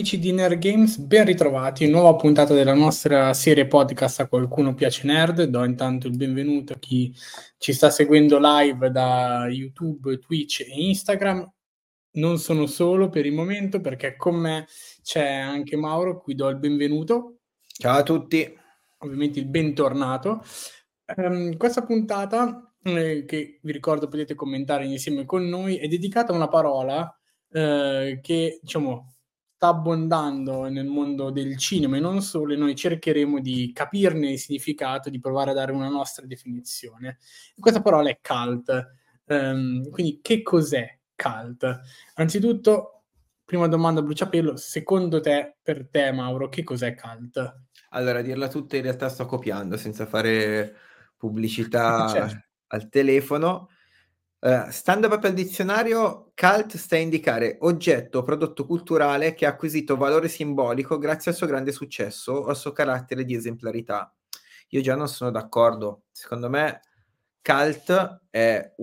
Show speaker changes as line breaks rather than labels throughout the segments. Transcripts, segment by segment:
amici di Nerd Games, ben ritrovati, nuova puntata della nostra serie podcast A Qualcuno Piace Nerd. Do intanto il benvenuto a chi ci sta seguendo live da YouTube, Twitch e Instagram. Non sono solo per il momento perché con me c'è anche Mauro, a cui do il benvenuto.
Ciao a tutti.
Ovviamente il bentornato. Questa puntata, che vi ricordo potete commentare insieme con noi, è dedicata a una parola che diciamo sta abbondando nel mondo del cinema e non solo, e noi cercheremo di capirne il significato, di provare a dare una nostra definizione. Questa parola è cult. Quindi che cos'è cult? Anzitutto, prima domanda a bruciapelo, secondo te, per te Mauro, che cos'è cult?
Allora, a dirla tutta, in realtà sto copiando senza fare pubblicità
Certo.
al telefono. Stando proprio al dizionario, cult sta a indicare oggetto o prodotto culturale che ha acquisito valore simbolico grazie al suo grande successo o al suo carattere di esemplarità. Io già non sono d'accordo. Secondo me, cult è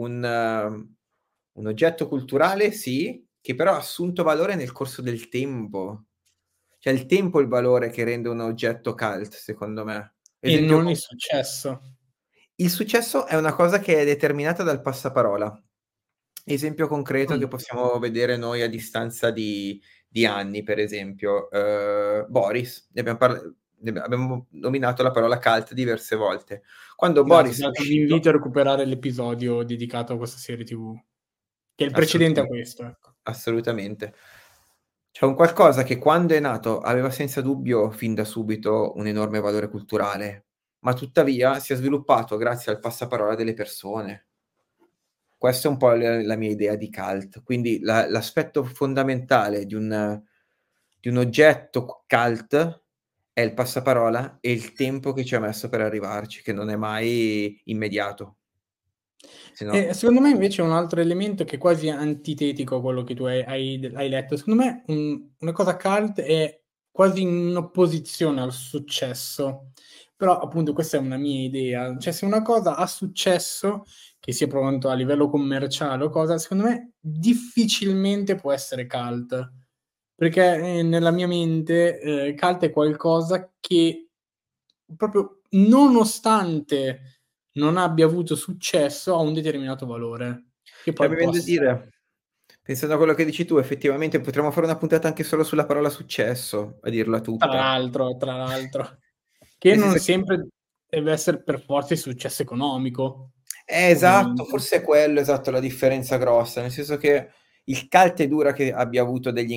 un oggetto culturale, sì, che però ha assunto valore nel corso del tempo. Cioè il tempo è il valore che rende un oggetto cult, secondo me.
E
Esempio,
non il successo.
il successo è una cosa che è determinata dal passaparola. Esempio concreto che possiamo vedere noi a distanza di anni, per esempio, Boris. Abbiamo nominato la parola cult diverse volte. Quando
Esatto,
Boris
tra
è
l'altro vi
uscito,
invito a recuperare l'episodio dedicato a questa serie TV, che è il precedente a
assolutamente,
questo, ecco.
assolutamente. C'è un qualcosa che quando è nato aveva senza dubbio fin da subito un enorme valore culturale, ma tuttavia si è sviluppato grazie al passaparola delle persone. Questa è un po' la mia idea di cult. Quindi l'aspetto fondamentale di un oggetto cult è il passaparola e il tempo che ci ha messo per arrivarci, che non è mai immediato. Se no,
E secondo me invece un altro elemento che è quasi antitetico a quello che tu hai letto, secondo me una cosa cult è quasi in opposizione al successo, però appunto questa è una mia idea, cioè se una cosa ha successo, che sia pronto a livello commerciale o cosa, secondo me difficilmente può essere cult, perché nella mia mente cult è qualcosa che proprio nonostante non abbia avuto successo a un determinato valore, che
cioè
poi
mi vien da
possa
dire, pensando a quello che dici tu, effettivamente potremmo fare una puntata anche solo sulla parola successo, a dirla tutta.
tra l'altro, che
Nel
non
senso che
sempre deve essere per forza il successo economico,
esatto,
ovviamente.
forse è quello, esatto, la differenza grossa, nel senso che il cult è dura che abbia avuto degli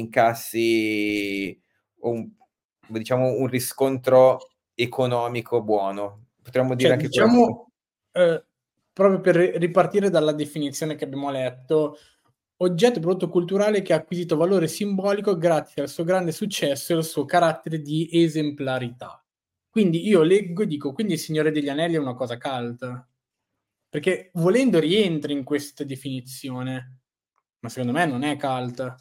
incassi o diciamo un riscontro economico buono. Potremmo dire
Cioè
anche questo.
diciamo, proprio per ripartire dalla definizione che abbiamo letto, oggetto e prodotto culturale che ha acquisito valore simbolico grazie al suo grande successo e al suo carattere di esemplarità. Quindi io leggo e dico: "Quindi Il Signore degli Anelli è una cosa cult?" Perché volendo rientra in questa definizione, ma secondo me non è cult.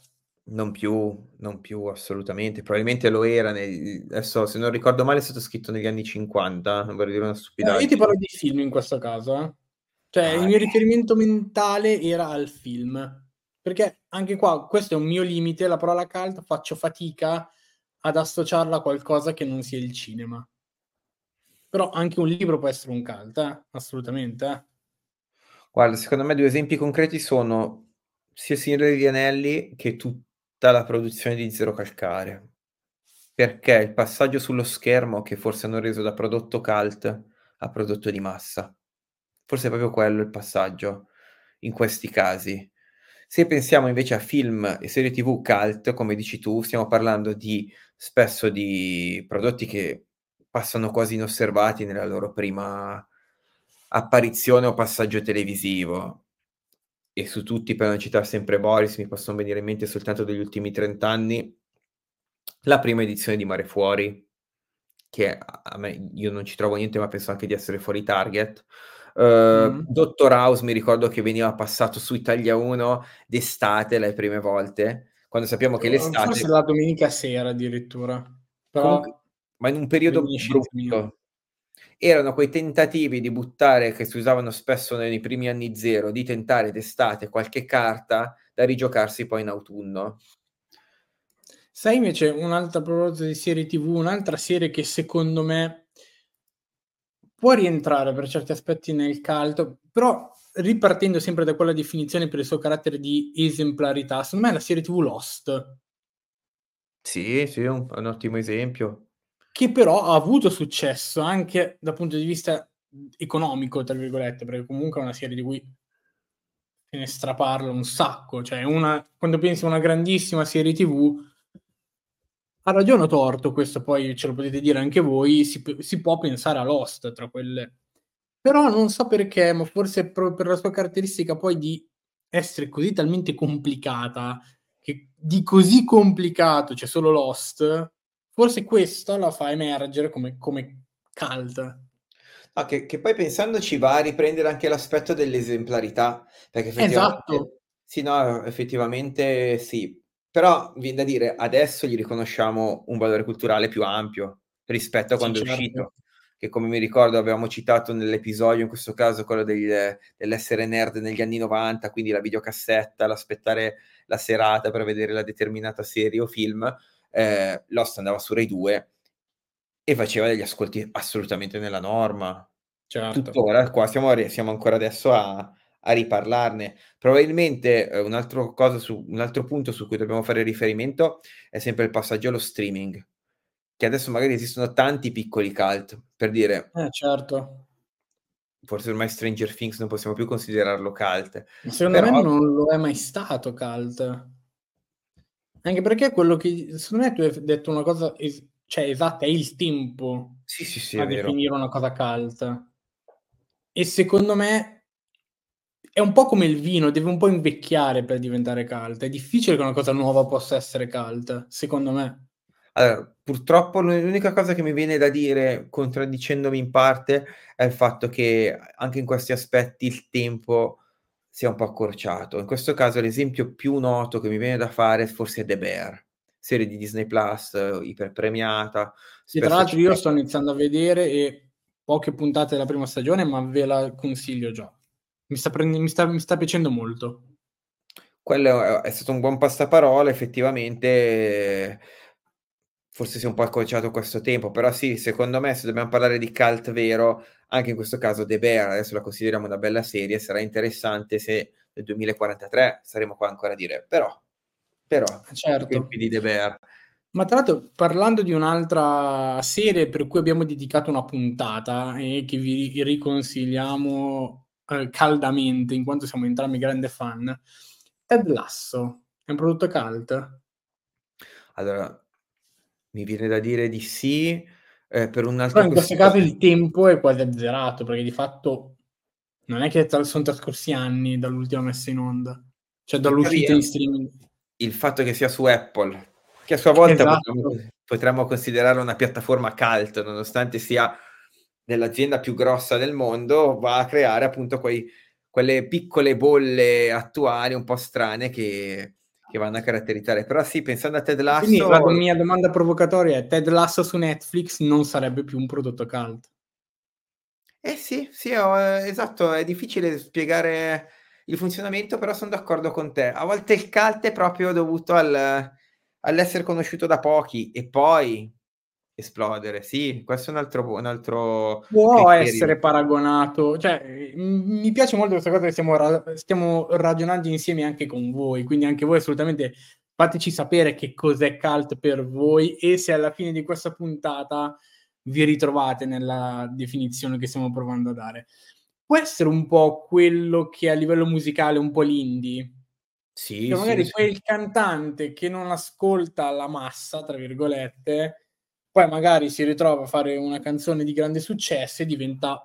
Non più assolutamente, probabilmente lo era adesso se non ricordo male è stato scritto negli anni '50, non vorrei dire una
Io ti
stupidaggine.
parlo di film in questo caso, eh. Cioè il
Ah,
mio riferimento mentale era al film. Perché anche qua, questo è un mio limite, la parola cult faccio fatica ad associarla a qualcosa che non sia il cinema. Però anche un libro può essere un cult, assolutamente,
guarda, secondo me 2 esempi concreti sono sia Il Signore degli Anelli che tutta la produzione di Zero Calcare. Perché il passaggio sullo schermo che forse hanno reso da prodotto cult a prodotto di massa. Forse è proprio quello il passaggio in questi casi. Se pensiamo invece a film e serie TV cult, come dici tu, stiamo parlando spesso di prodotti che passano quasi inosservati nella loro prima apparizione o passaggio televisivo. E su tutti, per non citar sempre Boris, mi possono venire in mente soltanto degli ultimi 30 anni, la prima edizione di Mare Fuori, che a me io non ci trovo niente, ma penso anche di essere fuori target.
Mh.
Dottor House mi ricordo che veniva passato su Italia 1 d'estate le prime volte, quando sappiamo che
Forse
l'estate
la domenica sera addirittura,
comunque,
però
ma in un periodo
reminiscenza mia.
brutto. Erano quei tentativi di buttare, che si usavano spesso nei primi anni zero, di tentare d'estate qualche carta da rigiocarsi poi in autunno.
Sai invece un'altra proposito di serie TV, un'altra serie che secondo me può rientrare per certi aspetti nel cult, però ripartendo sempre da quella definizione per il suo carattere di esemplarità, secondo me è la serie TV Lost,
Sì, sì, è un ottimo esempio.
che però ha avuto successo anche dal punto di vista, "economico" tra virgolette, perché comunque è una serie di cui se ne straparla un sacco, cioè una quando pensi a una grandissima serie TV, a ragione o torto, questo poi ce lo potete dire anche voi, si può pensare a Lost tra quelle. Però non so perché, ma forse proprio per la sua caratteristica poi di essere così talmente complicata, che di così complicato c'è solo Lost, forse questo la fa emergere come cult.
No, che poi pensandoci va a riprendere anche l'aspetto dell'esemplarità, perché
Esatto,
effettivamente sì, no, effettivamente sì. Però vien da dire, adesso gli riconosciamo un valore culturale più ampio rispetto a
sì
quando è
certo,
uscito, che come mi ricordo avevamo citato nell'episodio, in questo caso quello dell'essere nerd negli anni '90, quindi la videocassetta, l'aspettare la serata per vedere la determinata serie o film, Lost andava su Rai 2 e faceva degli ascolti assolutamente nella norma.
certo.
Tuttora qua siamo ancora adesso a riparlarne. Probabilmente, un altro punto su cui dobbiamo fare riferimento è sempre il passaggio allo streaming, che adesso magari esistono tanti piccoli cult. Per dire,
Certo.
forse ormai Stranger Things non possiamo più considerarlo cult,
Ma secondo me
però
non lo è mai stato cult. Anche perché quello che secondo me tu hai detto una cosa cioè esatta, è il tempo
sì, sì, sì,
a
è vero.
definire una cosa cult. E secondo me è un po' come il vino, deve un po' invecchiare per diventare cult. È difficile che una cosa nuova possa essere cult, secondo me.
Allora, purtroppo l'unica cosa che mi viene da dire, contraddicendomi in parte, è il fatto che anche in questi aspetti il tempo sia un po' accorciato. In questo caso l'esempio più noto che mi viene da fare forse è The Bear, serie di Disney Plus, iperpremiata,
E tra
spesso
l'altro io
citata.
sto iniziando a vedere e poche puntate della prima stagione, ma ve la consiglio già. Mi sta piacendo molto.
Quello è stato un buon passaparola, effettivamente forse si è un po' accorciato questo tempo, però sì, secondo me se dobbiamo parlare di cult vero, anche in questo caso The Bear, adesso la consideriamo una bella serie, sarà interessante se nel 2043 saremo qua ancora a dire però, ai
Certo.
tempi di The Bear.
Ma tra l'altro parlando di un'altra serie per cui abbiamo dedicato una puntata e che vi riconsigliamo, caldamente in quanto siamo entrambi grande fan, Ted Lasso è un prodotto cult?
Allora, mi viene da dire di sì, per
Però
un'altra
in questo caso
questione.
il tempo è quasi azzerato, perché di fatto non è che son trascorsi anni dall'ultima messa in onda, cioè dall'uscita in
Tuttavia
streaming.
il fatto che sia su Apple, che a sua volta
Esatto.
potremmo considerarla una piattaforma cult, nonostante sia dell'azienda più grossa del mondo, va a creare appunto quelle piccole bolle attuali un po' strane che vanno a caratterizzare. Però sì, pensando a Ted
Quindi
Lasso,
la mia domanda provocatoria è: Ted Lasso su Netflix non sarebbe più un prodotto cult?
eh sì, sì, esatto, è difficile spiegare il funzionamento, però son d'accordo con te. A volte il cult è proprio dovuto all'essere conosciuto da pochi e poi esplodere. Sì, questo è un altro
Può
criterio.
essere paragonato, cioè, mi piace molto questa cosa che stiamo ragionando insieme anche con voi, quindi anche voi assolutamente fateci sapere che cos'è cult per voi e se alla fine di questa puntata vi ritrovate nella definizione che stiamo provando a dare. Può essere un po' quello che a livello musicale è un po' l'indie?
Sì,
Cioè
sì,
magari
sì.
quel cantante che non ascolta "la massa", tra virgolette, poi magari si ritrova a fare una canzone di grande successo e diventa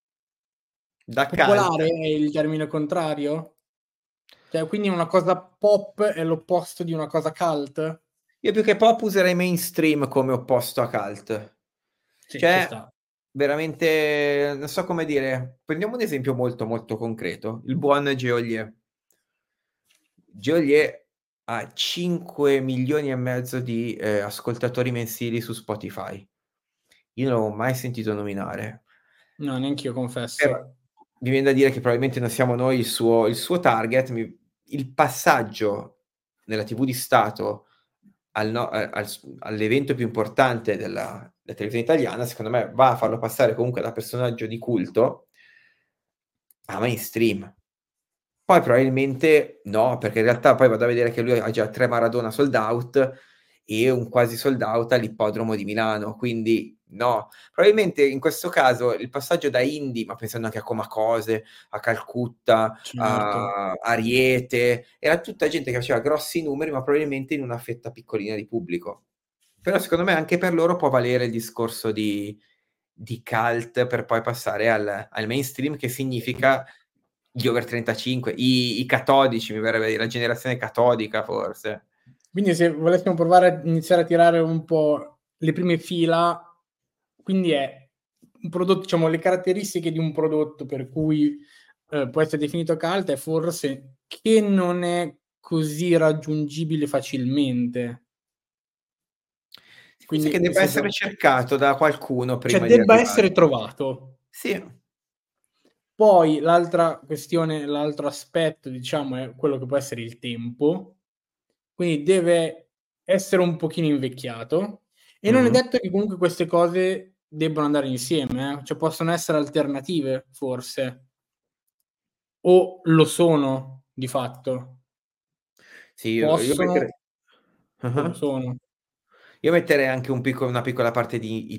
Da cult.
popolare è il termine contrario? Cioè quindi una cosa pop è l'opposto di una cosa cult?
Io più che pop userei mainstream come opposto a cult.
Sì, ci
Cioè,
sta.
veramente non so come dire, prendiamo un esempio molto, molto concreto, il buon Geolier. Geolier ha 5.500.000 di, ascoltatori mensili su Spotify. Io non l'ho mai sentito nominare.
No, neanch'io
Però
confesso.
mi vien da dire che probabilmente non siamo noi il suo target. Il passaggio nella TV di Stato all'evento più importante della televisione italiana, secondo me va a farlo passare comunque da personaggio di culto a mainstream. Poi probabilmente no, perché in realtà poi vado a vedere che lui ha già 3 Maradona sold out e un quasi sold out all'ippodromo di Milano, quindi no. Probabilmente in questo caso il passaggio da indie, ma pensando anche a Comacose, a Calcutta,
Certo.
a Ariete, era tutta gente che faceva grossi numeri, ma probabilmente in una fetta piccolina di pubblico. Però secondo me anche per loro può valere il discorso di cult per poi passare al mainstream, che significa gli over 35, i catodici, mi verrebbe a dire, la generazione catodica forse.
Quindi se volessimo provare a iniziare a tirare un po' le prime fila, quindi è un prodotto, diciamo, le caratteristiche di un prodotto per cui può essere definito cult è forse che non è così raggiungibile facilmente.
Forse che
Quindi nel
debba essere
senso,
cercato da qualcuno
cioè
prima di
debba essere
arrivarci.
trovato.
Sì.
Poi l'altra questione, l'altro aspetto, diciamo, è quello che può essere il tempo, quindi deve essere un pochino invecchiato e non è
Mh-mh.
detto che comunque queste cose debbano andare insieme, cioè possono essere alternative forse, o lo sono di fatto.
Sì, io
Possono
mettere
o lo
ah-ah.
sono.
Io metterei anche una piccola parte di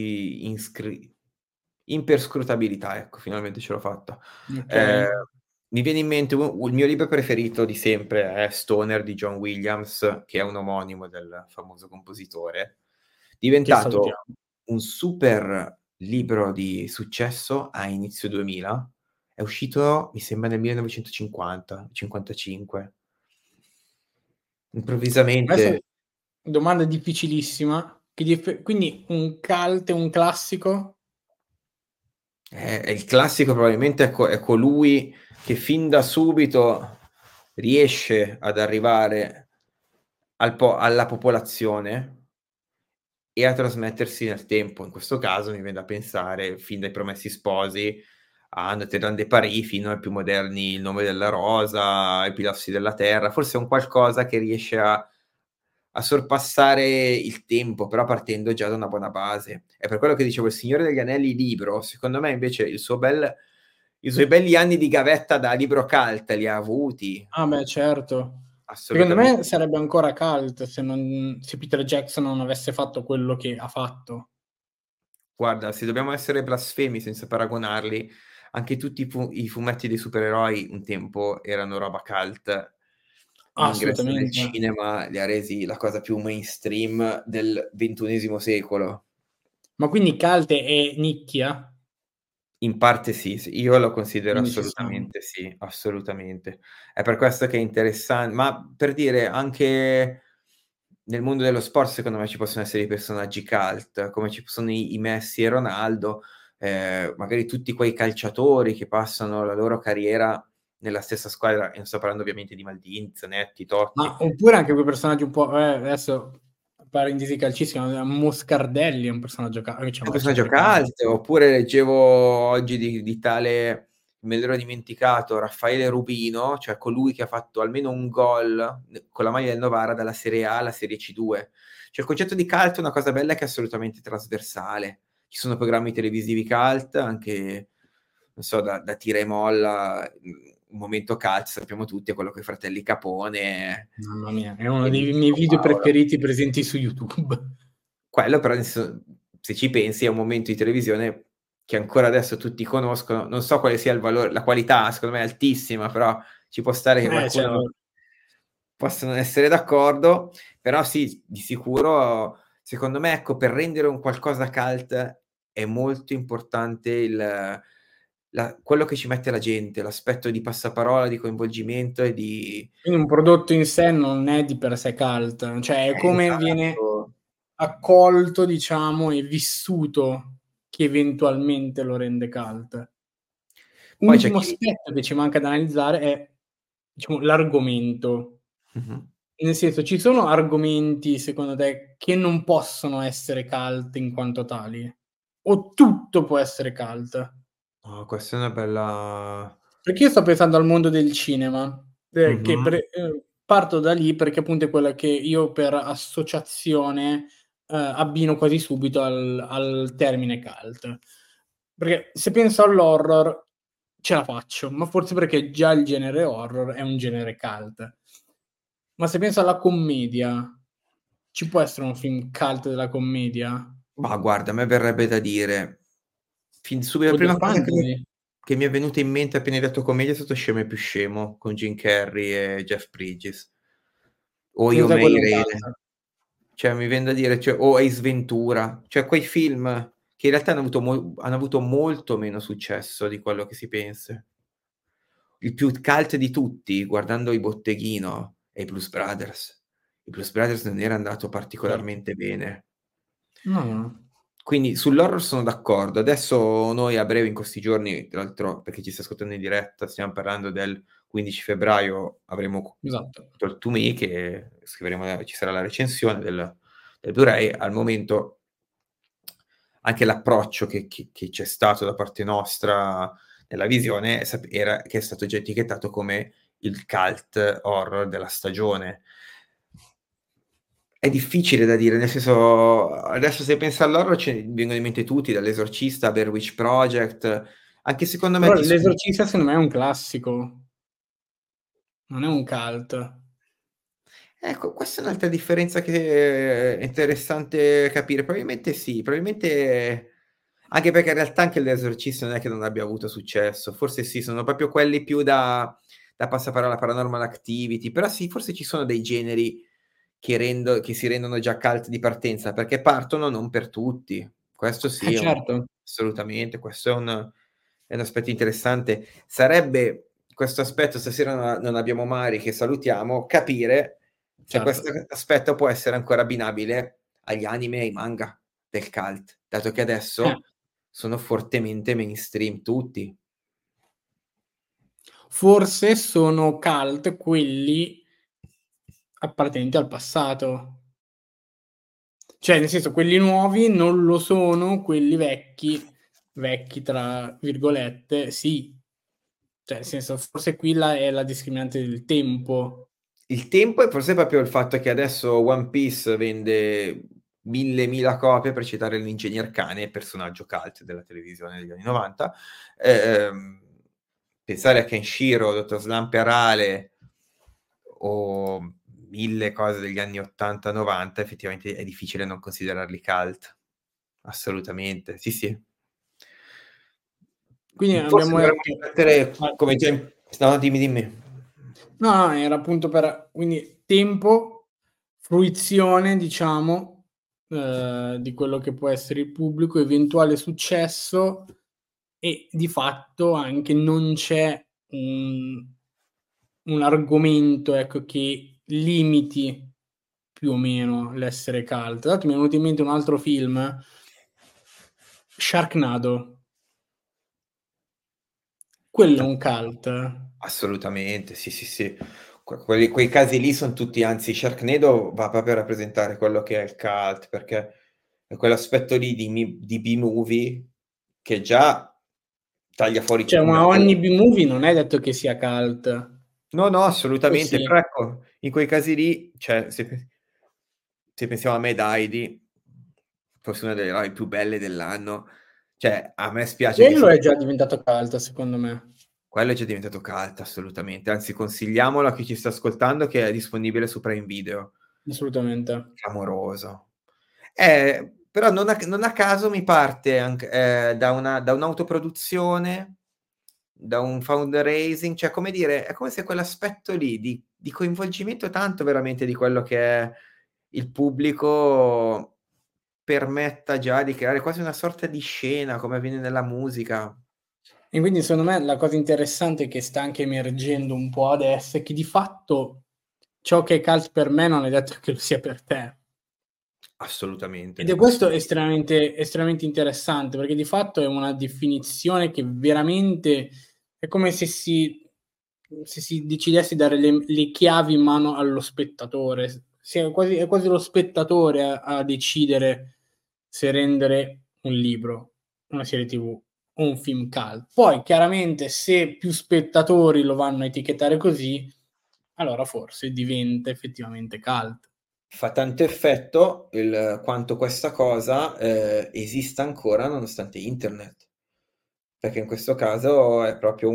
imperscrutabilità, ecco, finalmente ce l'ho fatta. Ehm,
Okay.
Mi viene in mente il mio libro preferito di sempre è Stoner di John Williams, che è un omonimo del famoso compositore,
Che
diventato
salutiamo.
un super libro di successo a inizio 2000. È uscito, mi sembra, nel 1950, 55. Improvvisamente
Adesso domanda difficilissima, quindi un cult, un classico?
il classico probabilmente è colui che fin da subito riesce ad arrivare alla popolazione e a trasmettersi nel tempo. In questo caso mi vien da pensare fin dai Promessi Sposi a Notre-Dame de Paris fino ai più moderni Il nome della rosa, I pilastri della terra. Forse è un qualcosa che riesce a sorpassare il tempo, però partendo già da una buona base. È per quello che dicevo Il Signore degli Anelli libro, secondo me invece i suoi belli anni di gavetta da libro cult li ha avuti,
Ah beh, certo. Secondo me
assolutamente.
sarebbe ancora cult se Peter Jackson non avesse fatto quello che ha fatto.
Guarda, se dobbiamo essere blasfemi senza paragonarli, anche tutti i fumetti dei supereroi un tempo erano roba cult. L'ingresso nel
Assolutamente.
cinema li ha resi la cosa più mainstream del XXI secolo.
Ma quindi cult è nicchia?
In parte sì, sì, io lo considero
Quindi ci siamo.
assolutamente sì, assolutamente. È per questo che è ma per dire anche nel mondo dello sport secondo me ci possono essere i personaggi cult, come ci sono i Messi e Ronaldo, magari tutti quei calciatori che passano la loro carriera nella stessa squadra, e non sto parlando ovviamente di Maldini, Zanetti, Totti.
Ma oppure anche quei personaggi un po' adesso parentesi calcistica, Moscardelli è un personaggio
È
cioè
un
un
personaggio
calciatore cult.
cult, oppure leggevo oggi di tale, me l'ero dimenticato, Raffaele Rubino, cioè colui che ha fatto almeno un gol con la maglia del Novara dalla Serie A alla Serie C2. Cioè il concetto di cult è una cosa bella che è assolutamente trasversale. Ci sono programmi televisivi cult, anche, non so, da tira e molla, un momento cult, sappiamo tutti, è quello coi fratelli Capone
Mamma mia, è uno
e
dei miei
Nino
video
Paolo.
preferiti presenti su YouTube.
Quello però se ci pensi è un momento di televisione che ancora adesso tutti conoscono, non so quale sia il valore, la qualità secondo me è altissima, però ci può stare che qualcuno
Certo.
possa non essere d'accordo, però sì, di sicuro secondo me, ecco, per rendere un qualcosa cult è molto importante quello che ci mette la gente, l'aspetto di passaparola, di coinvolgimento e di
Quindi un prodotto in sé non è di per sé cult, cioè è come viene
esatto.
accolto, diciamo, e vissuto che eventualmente lo rende cult. Un
Poi c'è
ultimo
chi
aspetto che ci manca da analizzare è, diciamo, l'argomento.
mh-mh.
Nel senso, ci sono argomenti, secondo te, che non possono essere cult in quanto tali? O tutto può essere cult?
Oh, questa è una bella
Perché io sto pensando al mondo del cinema, che
mh-mh.
parto da lì perché appunto è quella che io per associazione abbino quasi subito al termine cult. Perché se penso all'horror ce la faccio, ma forse perché già il genere horror è un genere cult. Ma se penso alla commedia, ci può essere un film cult della commedia?
Ma guarda, a me verrebbe da dire, fin subito la
Oddio,
prima cosa
fantasy.
che mi è venuta in mente appena hai detto commedia è stato Scemo e più scemo con Jim Carrey e Jeff Bridges. O Io,
Secondo te
me,
quello è un
Irene.
cult?
Cioè mi vien da dire, cioè, o Ace Ventura, cioè quei film che in realtà hanno avuto molto meno successo di quello che si pensi. Il più cult di tutti, guardando i Botteghino, è i Blues Brothers. I Blues Brothers non era andato
Certo.
particolarmente bene.
No, no.
Quindi sull'horror sono d'accordo. Adesso noi a breve in questi giorni, tra l'altro perché ci stai ascoltando in diretta, stiamo parlando del 15 febbraio, avremo
Esatto.
Talk to Me, che scriveremo, ci sarà la recensione del Blu-ray. Al momento anche l'approccio che c'è stato da parte nostra nella visione era che è stato già etichettato come il cult horror della stagione. È difficile da dire, nel senso, adesso se pensi all'horror vengono in mente tutti, dall'Esorcista a Blair Witch Project, anche secondo me
Però L'Esorcista secondo me è un classico, non è un cult.
ecco, questa è un'altra differenza che è interessante capire. Probabilmente sì, probabilmente anche perché in realtà anche l'Esorcista non è che non abbia avuto successo, forse sì, sono proprio quelli più da passaparola, Paranormal Activity, però sì, forse ci sono dei generi che si rendono già cult di partenza, perché partono non per tutti. Questo sì,
Certo,
assolutamente, questo è un aspetto interessante. Sarebbe questo aspetto, stasera non abbiamo Mari, che salutiamo, capire se questo
certo.
aspetto può essere ancora abbinabile agli anime e ai manga del cult, dato che
Eh,
adesso sono fortemente mainstream tutti.
forse sono cult quelli appartenenti al passato. Cioè, nel senso, quelli nuovi non lo sono, quelli vecchi, vecchi tra virgolette, sì. Cioè, nel senso, forse qui è la discriminante del tempo.
Il tempo e forse proprio il fatto che adesso One Piece vende 1000 copie, per citare l'Ingegner Cane, personaggio cult della televisione degli anni '90. Ehm, Pensare a Kenshiro, Dottor Slump Arale o 1000 cose degli anni '80, '90, effettivamente è difficile non considerarli cult. Assolutamente, sì, sì.
Quindi
Forse
abbiamo
dovremmo
detto
riflettere come già no, dimmi, dimmi.
no, no, era appunto per quindi tempo, fruizione diciamo, di quello che può essere il pubblico, eventuale successo e di fatto anche non c'è un argomento, ecco, che limiti più o meno l'essere cult. Tra l'altro mi è venuto in mente un altro film, Sharknado. Quello è un cult.
Assolutamente, sì, sì, sì. Quei casi lì son tutti, anzi Sharknado va proprio a rappresentare quello che è il cult, perché è quell'aspetto lì di B-movie che già taglia fuori
Cioè,
tutto un
ma ogni
altro.
B-movie non è detto che sia cult.
No, no,
Poi
assolutamente,
sì.
però ecco, in quei casi lì, cioè se pensiamo a Mad Heidi, forse una delle robe più belle dell'anno, cioè a me spiace che
Quello
sia
è già diventato cult secondo me,
quello è già diventato cult, assolutamente, anzi consigliamolo a chi ci sta ascoltando che è disponibile su Prime Video.
assolutamente.
Clamoroso. Però non a caso mi parte da un'autoproduzione, da un fundraising, cioè come dire, è come se quell'aspetto lì di coinvolgimento tanto veramente di quello che è il pubblico permetta già di creare quasi una sorta di scena, come avviene nella musica.
E quindi secondo me la cosa interessante che sta anche emergendo un po' adesso è che di fatto ciò che è cult per me non è detto che lo sia per te. Ed
Assolutamente,
è questo estremamente interessante, perché di fatto è una definizione che veramente è come se si decidesse di dare le chiavi in mano allo spettatore. È quasi lo spettatore a decidere se rendere un libro, una serie TV o un film cult. Poi chiaramente se più spettatori lo vanno a etichettare così, allora forse diventa effettivamente cult.
Fa tanto effetto quanto questa cosa esista ancora nonostante internet. Perché in questo caso è proprio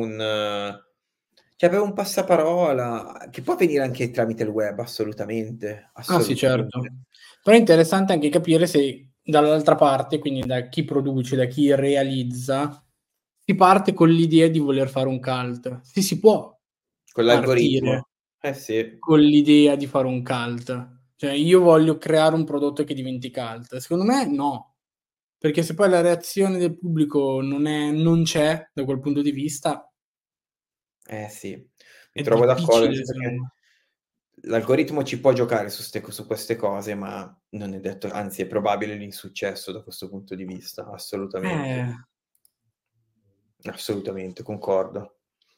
cioè proprio un passaparola, che può avvenire anche tramite il web, assolutamente,
Ah sì, certo.
assolutamente.
Però è interessante anche capire se dall'altra parte, quindi da chi produce, da chi realizza, si parte con l'idea di voler fare un cult. Sì, si può
Con l'algoritmo.
partire
Eh sì.
con l'idea di fare un cult. Cioè, io voglio creare un prodotto che diventi cult. Secondo me no, perché se poi la reazione del pubblico non c'è da quel punto di vista,
Eh sì, mi
è
trovo d'accordo, nel
difficile
senso
secondo
che
me.
l'algoritmo ci può giocare su queste cose, ma non è detto, anzi è probabile l'insuccesso da questo punto di vista, assolutamente.
Eh.
Assolutamente, concordo.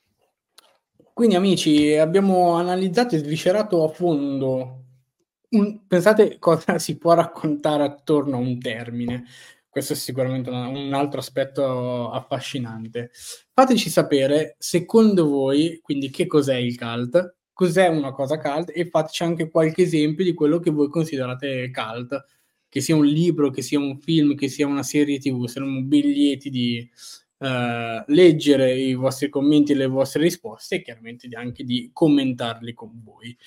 Quindi amici, abbiamo analizzato e sviscerato a fondo pensate cosa si può raccontare attorno a un termine. Questo è sicuramente un altro aspetto affascinante. Fateci sapere, secondo voi, quindi che cos'è il cult, cos'è una cosa cult e fateci anche qualche esempio di quello che voi considerate cult, che sia un libro, che sia un film, che sia una serie TV, saremo biglietti di leggere i vostri commenti e le vostre risposte e chiaramente anche di commentarli con voi.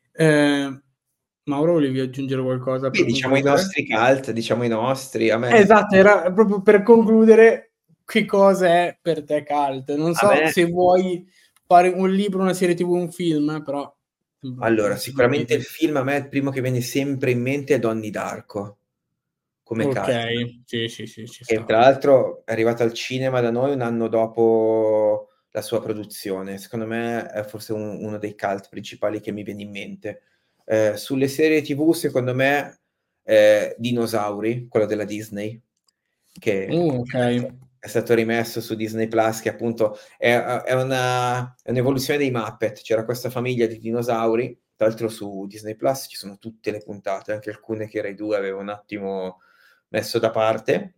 Mauro, volevi aggiungere qualcosa
Sì,
per
diciamo i
concludere?
nostri cult, diciamo i nostri,
Esatto, era proprio per concludere che cosa è per te cult. Non
a
so
me
se vuoi fare un libro, una serie TV, un film, però
allora,
penso di
sicuramente il
chiedere.
film a me il primo che viene sempre in mente è Donnie Darko, come
Ok,
cult.
sì, sì, sì, ci
Che
sta.
tra l'altro è arrivato al cinema da noi un anno dopo la sua produzione. Secondo me è forse uno dei cult principali che mi viene in mente. Sulle serie TV, secondo me, Dinosauri, quello della Disney, che
Ok,
è stato rimesso su Disney Plus, che appunto è un'evoluzione dei Muppet. C'era questa famiglia di dinosauri, tra l'altro su Disney Plus ci sono tutte le puntate, anche alcune che Rai 2 aveva un attimo messo da parte.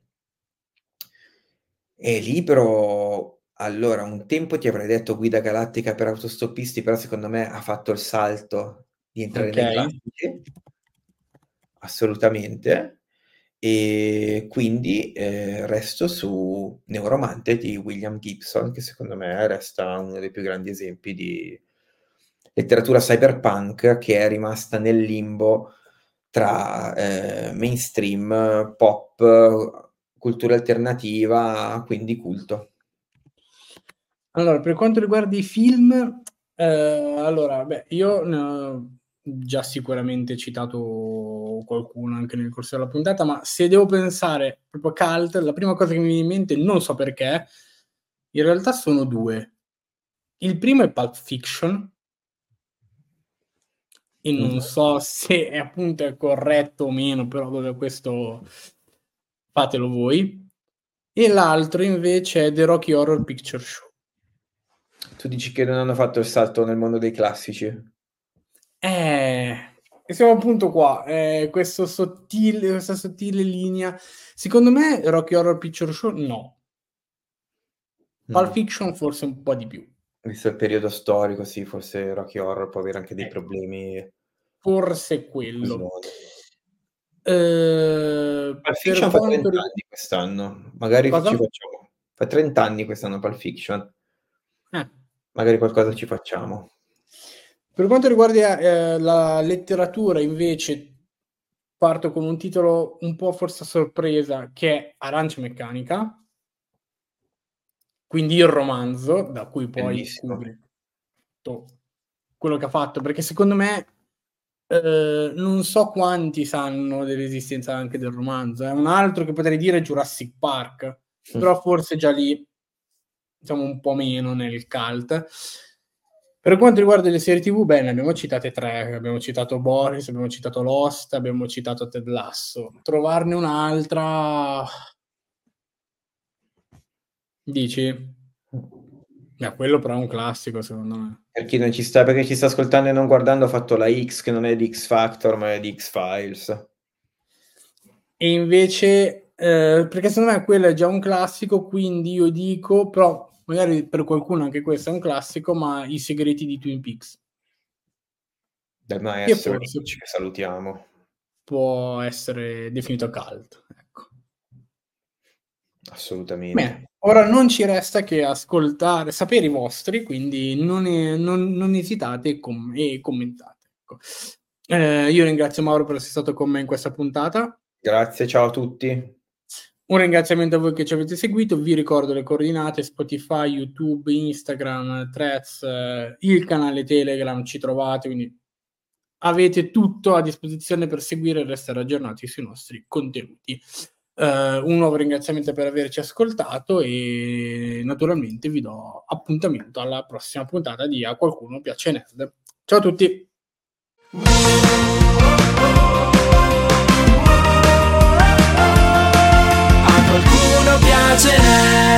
E libro, allora, un tempo ti avrei detto Guida galattica per autostoppisti, però secondo me ha fatto il salto di entrare
ok.
nei classici, assolutamente. E quindi resto su Neuromante di William Gibson, che secondo me resta uno dei più grandi esempi di letteratura cyberpunk che è rimasta nel limbo tra mainstream, pop, cultura alternativa, quindi culto.
Allora, per quanto riguarda i film, allora, beh, io ne ho già sicuramente citato qualcuno anche nel corso della puntata, ma se devo pensare proprio cult, la prima cosa che mi viene in mente, non so perché, in realtà sono 2. Il primo è Pulp Fiction e non
Mh-mh.
so se è appunto è corretto o meno, però vabbè questo fatelo voi. E l'altro invece è The Rocky Horror Picture Show.
Tu dici che non hanno fatto il salto nel mondo dei classici?
E siamo appunto qua, questa sottile linea. Secondo me Rocky Horror Picture Show no. Pulp
Mh.
Fiction forse un po' di più.
Visto il periodo storico, sì, forse Rocky Horror può avere anche dei
Ecco,
problemi
forse
di
quello.
diffusione. Pulp
Per
Fiction fa
quanto
30
ri
anni quest'anno, magari ci
cosa?
facciamo fa 30 anni quest'anno Pulp Fiction,
Eh.
magari qualcosa ci facciamo.
Per quanto riguarda, la letteratura invece, parto con un titolo un po' forse a sorpresa che è Arancia Meccanica. Quindi il romanzo, da cui poi
Bellissimo.
scopri tutto quello che ha fatto, perché secondo me, non so quanti sanno dell'esistenza anche del romanzo. Un altro che potrei dire è Jurassic Park, però forse già lì siamo un po' meno nel cult. Per quanto riguarda le serie TV, beh, ne abbiamo citate 3, abbiamo citato Boris, abbiamo citato Lost, abbiamo citato Ted Lasso. Trovarne un'altra dici? Quello però è un classico secondo me.
Per chi non ci sta perché ci sta ascoltando e non guardando, ho fatto la X che non è di X Factor, ma è di X-Files.
E invece, perché secondo me quello è già un classico, quindi io dico, però magari per qualcuno anche questo è un classico, ma I segreti di Twin Peaks.
Del
che
maestro
forse
Ricci, che salutiamo.
può essere definito cult, ecco.
Assolutamente.
Bene, ora non ci resta che sapere i vostri, quindi non esitate e commentate, ecco. Io ringrazio Mauro per essere stato con me in questa puntata.
Grazie, ciao a tutti.
Un ringraziamento a voi che ci avete seguito, vi ricordo le coordinate: Spotify, YouTube, Instagram, Threads, il canale Telegram, ci trovate, quindi avete tutto a disposizione per seguire e restare aggiornati sui nostri contenuti. Un nuovo ringraziamento per averci ascoltato e naturalmente vi do appuntamento alla prossima puntata di A Qualcuno Piace Nerd. Ciao a tutti!
A qualcuno piace